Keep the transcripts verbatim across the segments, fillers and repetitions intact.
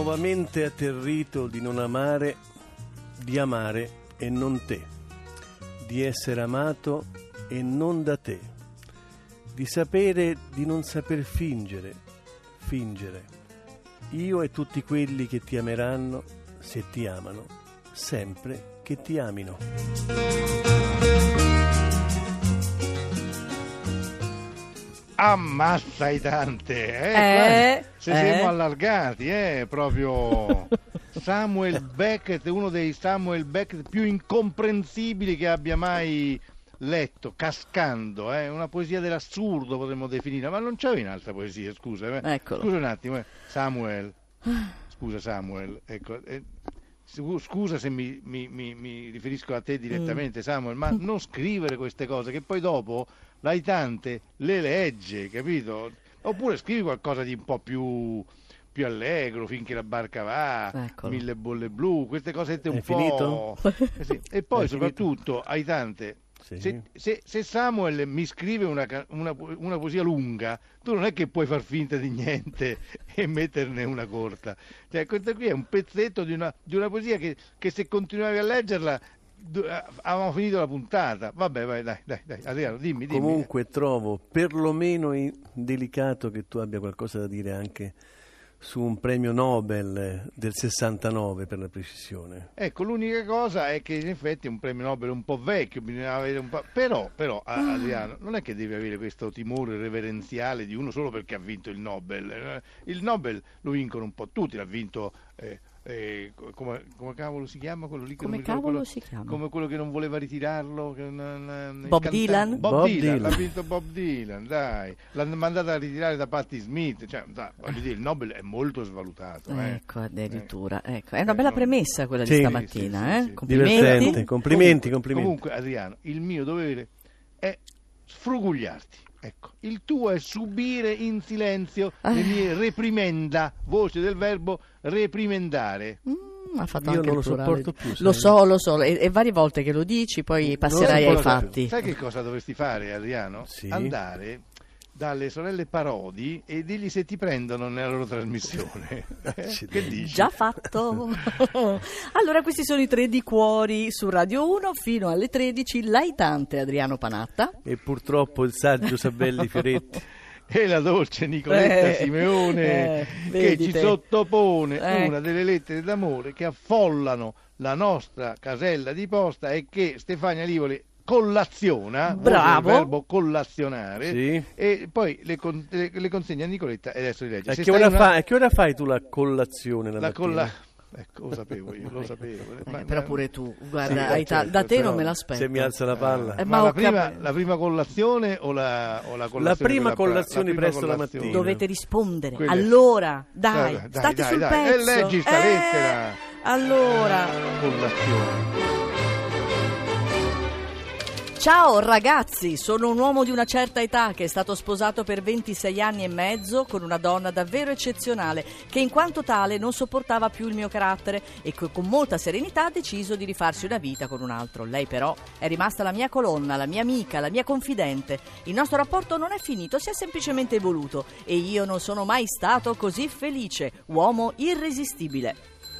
nuovamente atterrito di non amare, di amare e non te, di essere amato e non da te, di sapere di non saper fingere, fingere, io e tutti quelli che ti ameranno, se ti amano, sempre che ti amino. Ammazza i tante, eh? Eh, Se eh. siamo allargati, eh? Proprio Samuel Beckett, uno dei Samuel Beckett più incomprensibili che abbia mai letto, Cascando, eh? Una poesia dell'assurdo potremmo definire, ma non c'è un'altra poesia, scusa, eh? Eccolo. Scusa un attimo, eh? Samuel, scusa Samuel, ecco, eh, scusa se mi, mi, mi, mi riferisco a te direttamente, mm. Samuel, ma non scrivere queste cose che poi dopo l'aitante le legge, capito? Oppure scrivi qualcosa di un po' più, più allegro, Finché la barca va, Eccolo. Mille bolle blu, queste cosette un È po'... finito? Eh sì. E poi È soprattutto, aitante, Sì. se, se, se Samuel mi scrive una, una, una poesia lunga, tu non è che puoi far finta di niente e metterne una corta. Cioè, questo qui è un pezzetto di una, di una poesia che, che se continuavi a leggerla avevamo finito la puntata. Vabbè, vai, dai, dai, dai, Adriano, dimmi, dimmi. Comunque trovo perlomeno delicato che tu abbia qualcosa da dire anche su un premio Nobel del sessantanove, per la precisione. Ecco, l'unica cosa è che in effetti è un premio Nobel un po' vecchio, bisogna avere un po'... però, però Adriano, non è che devi avere questo timore reverenziale di uno solo perché ha vinto il Nobel. Il Nobel lo vincono un po' tutti, l'ha vinto eh, eh, come, come cavolo si chiama quello lì che Come non mi ricordo, cavolo quello, si chiama? come quello che non voleva ritirarlo, che non, Bob cantante. Dylan? Bob, Bob Dylan, Dylan. l'ha vinto Bob Dylan, dai, l'hanno mandato a ritirare da Patti Smith, cioè, dai, voglio dire, il Nobel è molto svalutato, eh. Ecco, addirittura. Ecco. È una bella premessa quella di Sì, stamattina, sì, sì, eh? sì. Complimenti. Divertente, complimenti, Comunque, complimenti. comunque, Adriano, il mio dovere è sfrugugliarti. Ecco, il tuo è subire in silenzio le mie reprimenda, voce del verbo reprimendare. Mm, ha fatto Io anche non il lo plurale. sopporto più, Lo sai? so, lo so, e, e varie volte che lo dici, poi passerai ai Sai- fatti. Sai che cosa dovresti fare, Adriano? Sì. Andare dalle sorelle Parodi e digli se ti prendono nella loro trasmissione. Eh? Che dici? Già fatto. Allora, questi sono i tre di cuori su Radio uno fino alle tredici. L'aitante Adriano Panatta. E purtroppo il saggio Sabelli Fioretti. E la dolce Nicoletta Eh, Simeone eh, che vedi ci te. sottopone Ecco. una delle lettere d'amore che affollano la nostra casella di posta e che Stefania Livoli collaziona, Bravo. usa il verbo collazionare, Sì. e poi le, con- le- le consegna a Nicoletta e adesso li legge. A Se che, stai ora una- fa- a che ora fai tu la collazione la la mattina? colla- Ecco, lo sapevo io, lo sapevo. Eh, Ma- però ma- pure tu, guarda, Sì, Aita, certo, da te però non me l'aspetto. Se mi alza la palla. Eh, Ma, ma la, ho prima, cap- la prima collazione o la, o la La colazione? prima quella- colazione prima presto la colazione? mattina. Dovete rispondere. Quelle- Allora, dai, Dai, dai, state dai, sul dai. pezzo. E leggi sta Eh, lettera. Allora, Colazione. ciao ragazzi, sono un uomo di una certa età che è stato sposato per ventisei anni e mezzo con una donna davvero eccezionale che in quanto tale non sopportava più il mio carattere e che con molta serenità ha deciso di rifarsi una vita con un altro. Lei però è rimasta la mia colonna, la mia amica, la mia confidente. Il nostro rapporto non è finito, si è semplicemente evoluto e io non sono mai stato così felice. Uomo irresistibile.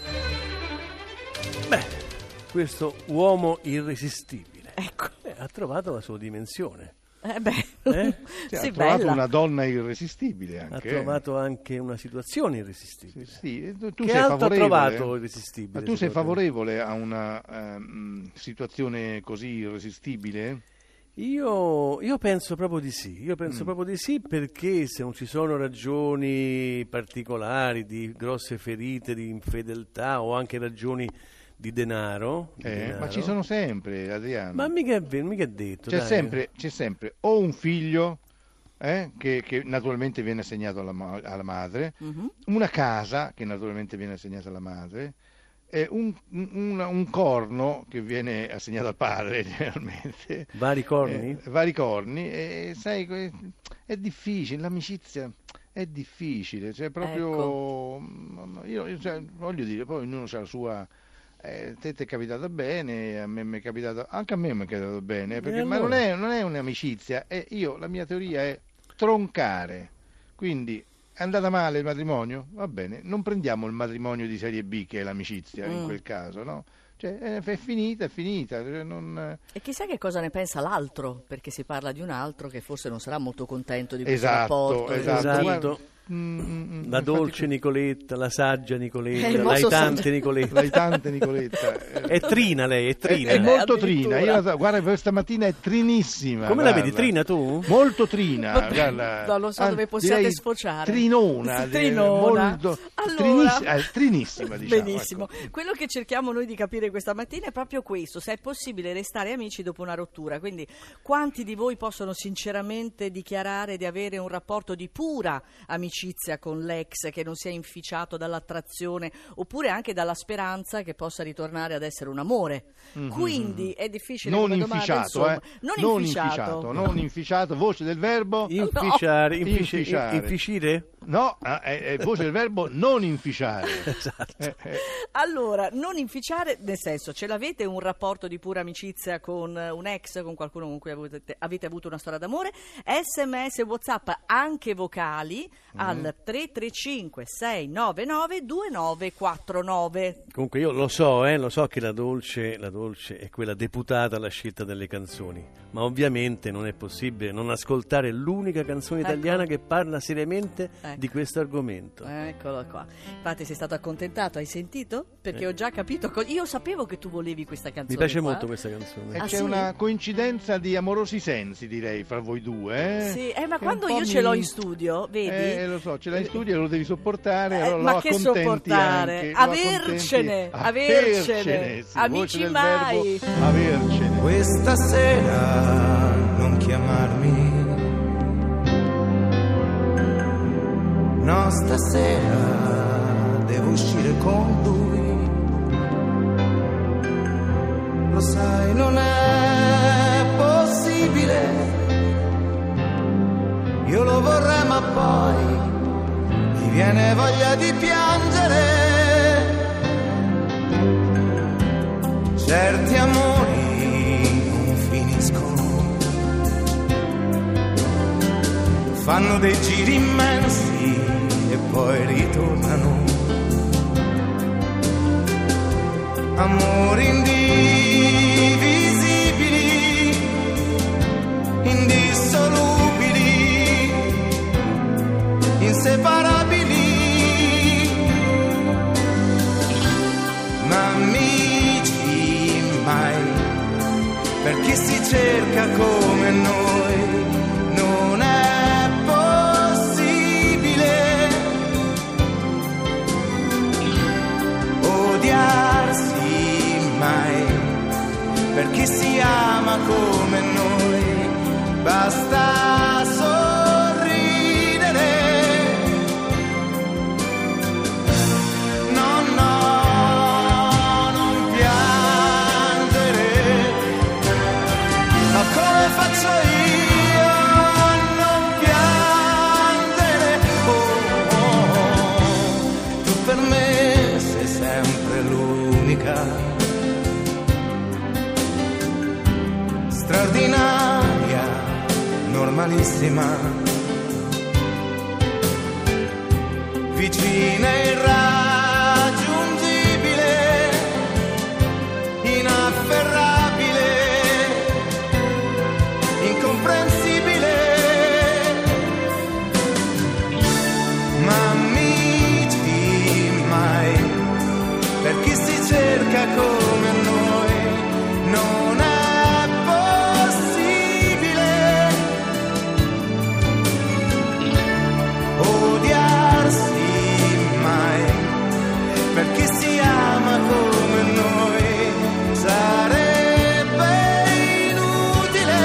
Beh, questo uomo irresistibile Ecco. eh, ha trovato la sua dimensione. Eh beh, Eh? Cioè, sì, ha trovato bella. una donna irresistibile anche. Ha eh. trovato anche una situazione irresistibile. Sì, sì, tu, tu Che sei altro ha favorevole. trovato irresistibile? Ma tu sei secondo te? favorevole a una ehm, situazione così irresistibile? Io, io penso proprio di sì, io penso Mm. proprio di sì perché se non ci sono ragioni particolari di grosse ferite, di infedeltà o anche ragioni di denaro, di Eh, denaro, ma ci sono sempre, Adriano. ma mica è, vero, mica è detto. C'è dai. sempre, c'è sempre o un figlio eh, che, che naturalmente viene assegnato alla, ma- alla madre, Mhm. una casa che naturalmente viene assegnata alla madre, e un, un- un corno che viene assegnato al padre generalmente. Vari corni? Eh, vari corni, e sai, que- è difficile, l'amicizia è difficile, cioè proprio, Ecco. io, io, cioè, voglio dire, poi ognuno ha la sua, eh, te ti è capitato bene, a me mi è capitato, anche a me mi è capitato bene, perché, E ma allora? non è, non è un'amicizia, è, io, la mia teoria è troncare, quindi è andata male il matrimonio? Va bene, non prendiamo il matrimonio di serie B che è l'amicizia mm. in quel caso, no? Cioè, è, è finita, è finita. Cioè, non... E chissà che cosa ne pensa l'altro, perché si parla di un altro che forse non sarà molto contento di questo esatto, rapporto. Esatto, esatto. Mm, mm, la dolce infatti... Nicoletta, la saggia Nicoletta, eh, l'aitante so... Nicoletta. L'aitante Nicoletta. È trina lei, è trina. È, è molto trina. Io la, guarda, questa mattina è trinissima. Come guarda. La vedi, trina tu? Molto trina. Guarda. No, non so ah, dove possiate sfociare. Trinona. Trinona. Molto, allora... trinissima, eh, trinissima, diciamo. Benissimo. Ecco. Quello che cerchiamo noi di capire questa mattina è proprio questo, se è possibile restare amici dopo una rottura. Quindi quanti di voi possono sinceramente dichiarare di avere un rapporto di pura amicizia con lei, che non sia inficiato dall'attrazione oppure anche dalla speranza che possa ritornare ad essere un amore. Mm-hmm. Quindi è difficile non come inficiato, domanda, eh? non, non inficiato, inficiato, non inficiato, voce del verbo inficiare, no. infici- inficiare. inficire? No, è, è voce del verbo non inficiare. Esatto. Eh, eh. Allora, non inficiare, nel senso, ce l'avete un rapporto di pura amicizia con un ex, con qualcuno con cui avete, avete avuto una storia d'amore? sms, WhatsApp, anche vocali mm. al tre tre cinque sei nove nove due nove quattro nove. Comunque io lo so, eh, lo so che la Dolce, la Dolce è quella deputata alla scelta delle canzoni, ma ovviamente non è possibile non ascoltare l'unica canzone ecco. italiana che parla seriamente ecco. di questo argomento. Eccolo qua. Infatti sei stato accontentato, hai sentito? Perché eh. ho già capito, co- io sapevo che tu volevi questa canzone. Mi piace qua. molto questa canzone. E ah, c'è sì? una coincidenza di amorosi sensi, direi, fra voi due. Eh? Sì, eh, ma che quando io mi... ce l'ho in studio, vedi? Eh, lo so, ce l'hai in studio e lo devi sopportare, eh, allora ma lo che accontenti sopportare? Anche, Avercene, avercene, sì, amici mai. Avercene. Questa sera non chiamarmi, no, stasera devo uscire con lui. Lo sai, non è possibile, io lo vorrei ma poi mi viene voglia di piangere. Certi amori non finiscono, fanno dei giri immensi e poi ritornano. Amori indivisibili, indissolubili, inseparabili, ma amici mai, per chi si cerca come noi, non è possibile odiarsi mai, per chi si ama come noi, basta sorridere. No, no, non piangere, ma come faccio io a non piangere? Oh, oh, oh. Tu per me sei sempre l'unica, straordinaria, normalissima, vicina e irraggiungibile, inafferrabile, incomprensibile, ma amici mai, per chi si cerca come noi, non è per chi si ama come noi, sarebbe inutile,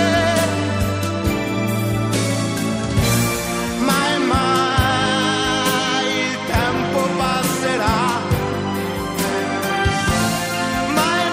mai mai il tempo passerà, mai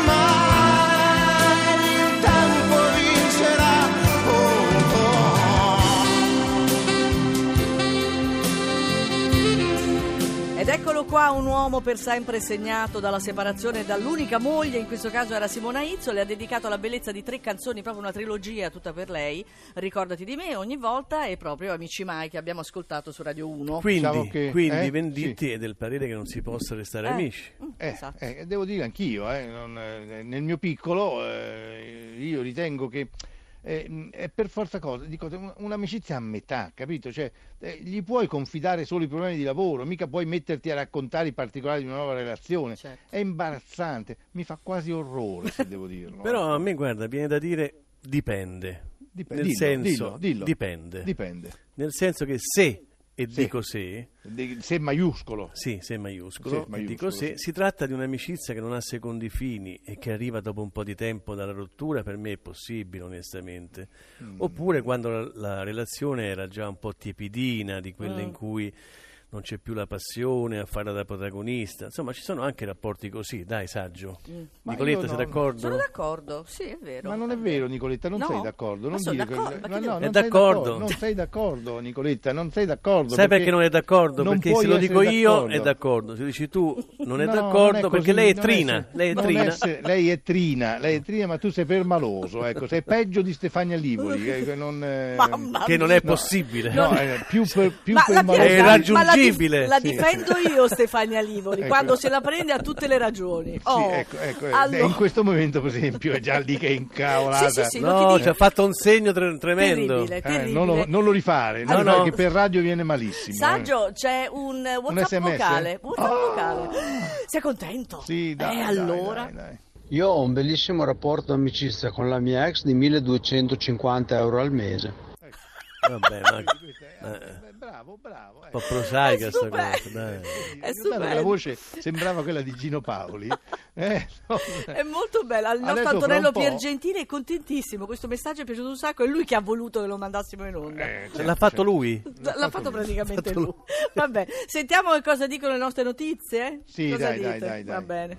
uomo per sempre segnato dalla separazione dall'unica moglie, in questo caso era Simona Izzo, le ha dedicato la bellezza di tre canzoni, proprio una trilogia tutta per lei, Ricordati di me ogni volta e proprio Amici mai, che abbiamo ascoltato su Radio uno. Quindi, Diciamo che, quindi eh, Venditti sì. è del parere che non si possa restare Eh, amici. mm, Eh, esatto. eh, devo dire anch'io, eh, non, eh, nel mio piccolo eh, io ritengo che eh, è per forza cosa, dico, un- un'amicizia a metà, capito? Cioè, eh, gli puoi confidare solo i problemi di lavoro, mica puoi metterti a raccontare i particolari di una nuova relazione. Certo. È imbarazzante, mi fa quasi orrore se devo dirlo. Però a me, guarda, viene da dire dipende. Dipende. Nel Dillo, senso, dillo, dillo. dipende. Dipende. Nel senso che se, e Sì. dico se, De- Se maiuscolo. sì, se maiuscolo, Sì, e maiuscolo, dico se, sì. si tratta di un'amicizia che non ha secondi fini e che arriva dopo un po' di tempo dalla rottura, per me è possibile, onestamente. Mm. Oppure quando la, la relazione era già un po' tiepidina, di quelle Mm. in cui non c'è più la passione a farla da protagonista. Insomma, ci sono anche rapporti così, dai, saggio. Mm. Ma Nicoletta, io sei no, d'accordo? Sono d'accordo, sì, è vero. Ma non è vero, Nicoletta, non No? sei d'accordo. Ma Non sono dire che- d'accordo, ma ma che no, devo- non È sei d'accordo? Non sei d'accordo, Nicoletta, non sei d'accordo. Sai perché non è d'accordo? non Perché puoi se lo essere dico io d'accordo. è d'accordo, se dici tu non è No, d'accordo non è perché così, lei è non trina, essere- lei è non trina. essere- lei è trina, lei è trina, ma tu sei permaloso, ecco, sei peggio di Stefania Livoli, che, che non, eh, Mamma Che non mia. è possibile. no, è più, per, più Ma la permaloso. È Piazza- irraggiungibile. ma la, dif- la Sì. difendo io Stefania Livoli, Ecco. quando se la prende ha tutte le ragioni. Sì, Oh, ecco, ecco, eh, allora- in questo momento, per esempio, è già lì che è incavolata. Sì, sì, sì, lo No, ti ci ha dico. fatto un segno tre- tremendo. Terribile, Eh, terribile. non, lo, non lo rifare, non No, rifare, no. che per radio viene malissimo. eh. Saggio, c'è un eh, WhatsApp S M S? vocale. WhatsApp Oh! vocale. Sei contento? Sì, dai, eh, dai, allora. dai, dai. Io ho un bellissimo rapporto d'amicizia con la mia ex di milleduecentocinquanta euro al mese. Vabbè, ma Questo è- eh. eh, bravo, bravo. un po' eh. prosaica È sta stupendo. cosa, dai. È Guardate che stupendo. la voce sembrava quella di Gino Paoli. Eh, no. È molto bella. Il nostro Adesso fra Antonello un po'- Piergentini è contentissimo. Questo messaggio è piaciuto un sacco. È lui che ha voluto che lo mandassimo in onda. Eh, certo, L'ha fatto certo. lui? L'ha fatto praticamente fatto lui. lui. Vabbè, sentiamo che cosa dicono le nostre notizie? Sì, Cosa dai, dite? dai, dai, dai. Va bene.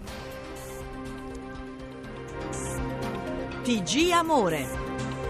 T G Amore.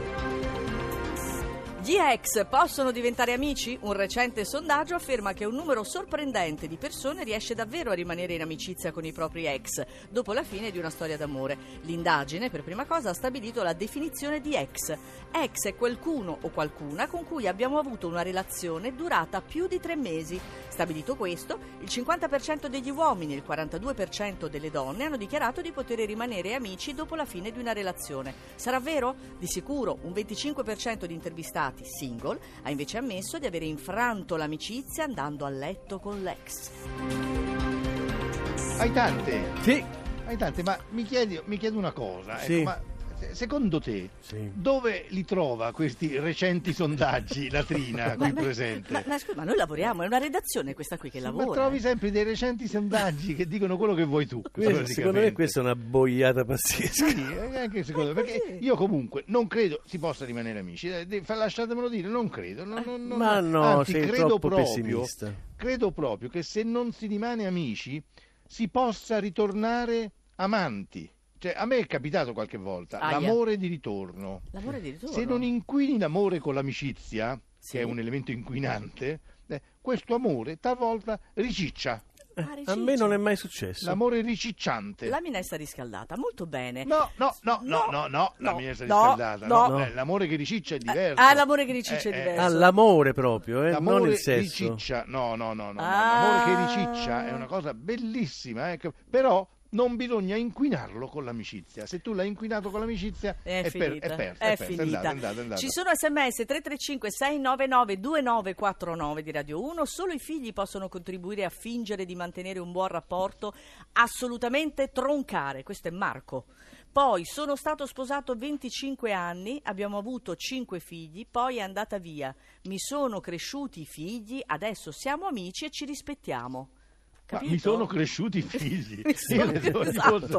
Gli ex possono diventare amici? Un recente sondaggio afferma che un numero sorprendente di persone riesce davvero a rimanere in amicizia con i propri ex dopo la fine di una storia d'amore. L'indagine, per prima cosa, ha stabilito la definizione di ex. Ex è qualcuno o qualcuna con cui abbiamo avuto una relazione durata più di tre mesi. Stabilito questo, il cinquanta per cento degli uomini e il quarantadue per cento delle donne hanno dichiarato di poter rimanere amici dopo la fine di una relazione. Sarà vero? Di sicuro un venticinque per cento di intervistati single ha invece ammesso di avere infranto l'amicizia andando a letto con l'ex. Hai tante, Sì. hai tante, ma mi chiedi, mi chiedo una cosa. Ecco, Sì. ma se- secondo te, Sì. dove li trova questi recenti sondaggi la Trina qui presente? Ma, ma scusa, ma noi lavoriamo, è una redazione questa qui che Sì, lavora. ma trovi sempre dei recenti sondaggi che dicono quello che vuoi tu. Questo- secondo me praticamente. questa è una boiata pazzesca. Sì, eh, anche secondo me, perché io comunque non credo si possa rimanere amici. Eh, de- fa- Lasciatemelo dire, non credo. non- non- non- Ma no, anzi, sei credo troppo proprio, pessimista. Credo proprio che se non si rimane amici si possa ritornare amanti. Cioè, a me è capitato qualche volta Aia. l'amore di ritorno. L'amore di ritorno. Se non inquini l'amore con l'amicizia, Sì. che è un elemento inquinante, eh, questo amore talvolta riciccia. Ah, A riciccia. me non è mai successo. L'amore ricicciante. La minestra riscaldata, molto bene. No, no, no, no, No, no, no, la no, minestra no, riscaldata. no. No, eh, l'amore che riciccia è diverso. Ah, l'amore che riciccia è Eh, eh, diverso. Ah, l'amore proprio, eh? non L'amore il sesso. riciccia, no, no, no, no, no. Ah. L'amore che riciccia è una cosa bellissima, eh, che- però non bisogna inquinarlo con l'amicizia. Se tu l'hai inquinato con l'amicizia È, è, finita, per, è perso, è è perso, è finita. andato, è andato, è andato. Ci sono sms tre tre cinque sei nove nove due nove quattro nove di Radio uno. Solo i figli possono contribuire a fingere di mantenere un buon rapporto, assolutamente troncare. Questo è Marco. Poi sono stato sposato venticinque anni, abbiamo avuto cinque figli, poi è andata via. Mi sono cresciuti i figli, adesso siamo amici e ci rispettiamo. Ma Capito? mi sono cresciuti i figli. Mi sono- Io ne so- esatto. posso-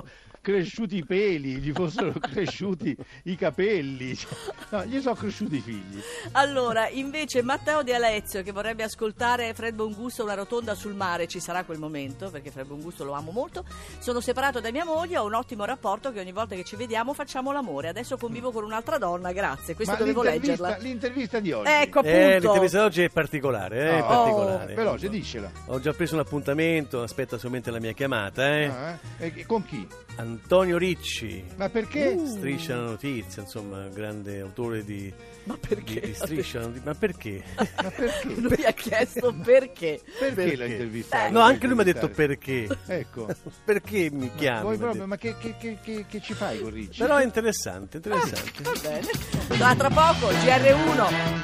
cresciuti i peli, gli fossero cresciuti i capelli, cioè, no, gli sono cresciuti i figli. Allora, invece Matteo De Alezio, che vorrebbe ascoltare Fred Bongusto, Una rotonda sul mare, ci sarà quel momento, perché Fred Bongusto lo amo molto. Sono separato da mia moglie, ho un ottimo rapporto che ogni volta che ci vediamo facciamo l'amore. Adesso convivo con un'altra donna, grazie. Questa Ma dovevo l'intervista, leggerla. l'intervista di oggi. Ecco, appunto. Eh, l'intervista di oggi è particolare, eh, è Oh, particolare. veloce, dicela. Ho già preso un appuntamento, aspetta solamente la mia chiamata, eh. Ah, eh? E con chi? Antonio Ricci. Ma perché? Uh. Striscia la notizia, insomma, grande autore di, Ma di, perché? di Striscia la notizia. Ma perché? Ma perché? Lui ha chiesto perché. Perché, Perché? l'ha intervistata? No, anche lui mi ha detto perché. Ecco. Perché mi chiami? Vuoi mi ha proprio, detto. ma che, che, che, che, che ci fai con Ricci? Però è interessante, interessante. Va bene. A tra poco, G R uno.